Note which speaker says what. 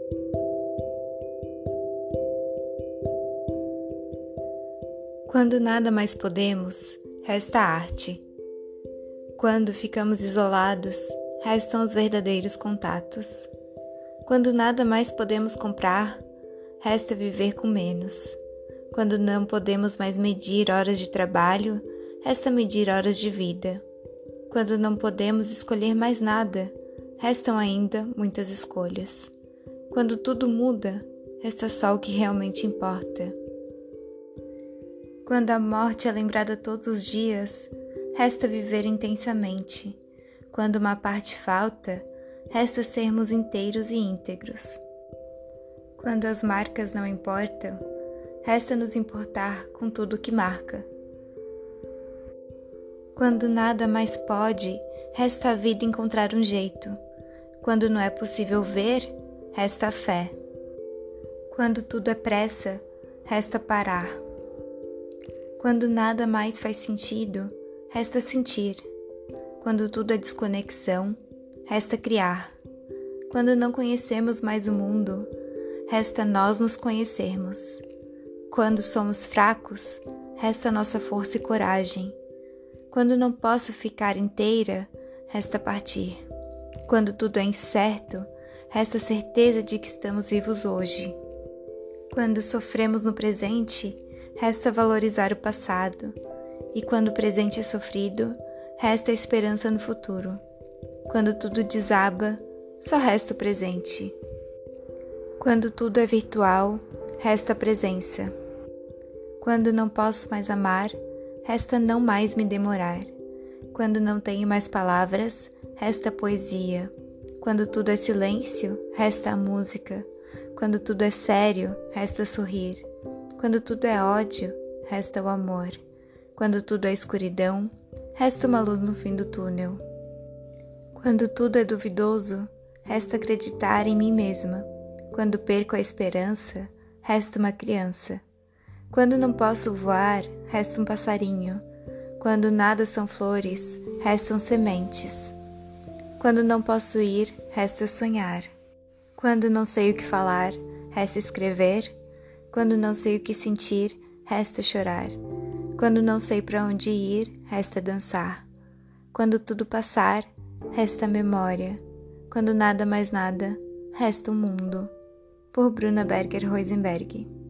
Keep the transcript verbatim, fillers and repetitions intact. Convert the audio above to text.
Speaker 1: Quando nada mais podemos, resta a arte. Quando ficamos isolados, restam os verdadeiros contatos. Quando nada mais podemos comprar, resta viver com menos. Quando não podemos mais medir horas de trabalho, resta medir horas de vida. Quando não podemos escolher mais nada, restam ainda muitas escolhas. Quando tudo muda, resta só o que realmente importa. Quando a morte é lembrada todos os dias, resta viver intensamente. Quando uma parte falta, resta sermos inteiros e íntegros. Quando as marcas não importam, resta nos importar com tudo que marca. Quando nada mais pode, resta a vida encontrar um jeito. Quando não é possível ver, resta a fé. Quando tudo é pressa, resta parar. Quando nada mais faz sentido, resta sentir. Quando tudo é desconexão, resta criar. Quando não conhecemos mais o mundo, resta nós nos conhecermos. Quando somos fracos, resta nossa força e coragem. Quando não posso ficar inteira, resta partir. Quando tudo é incerto, resta a certeza de que estamos vivos hoje. Quando sofremos no presente, resta valorizar o passado, e quando o presente é sofrido, resta a esperança no futuro. Quando tudo desaba, só resta o presente. Quando tudo é virtual, resta a presença. Quando não posso mais amar, resta não mais me demorar. Quando não tenho mais palavras, resta a poesia. Quando tudo é silêncio, resta a música. Quando tudo é sério, resta sorrir. Quando tudo é ódio, resta o amor. Quando tudo é escuridão, resta uma luz no fim do túnel. Quando tudo é duvidoso, resta acreditar em mim mesma. Quando perco a esperança, resta uma criança. Quando não posso voar, resta um passarinho. Quando nada são flores, restam sementes. Quando não posso ir, resta sonhar. Quando não sei o que falar, resta escrever. Quando não sei o que sentir, resta chorar. Quando não sei para onde ir, resta dançar. Quando tudo passar, resta a memória. Quando nada mais nada, resta o mundo. Por Bruna Berger Rosenberg.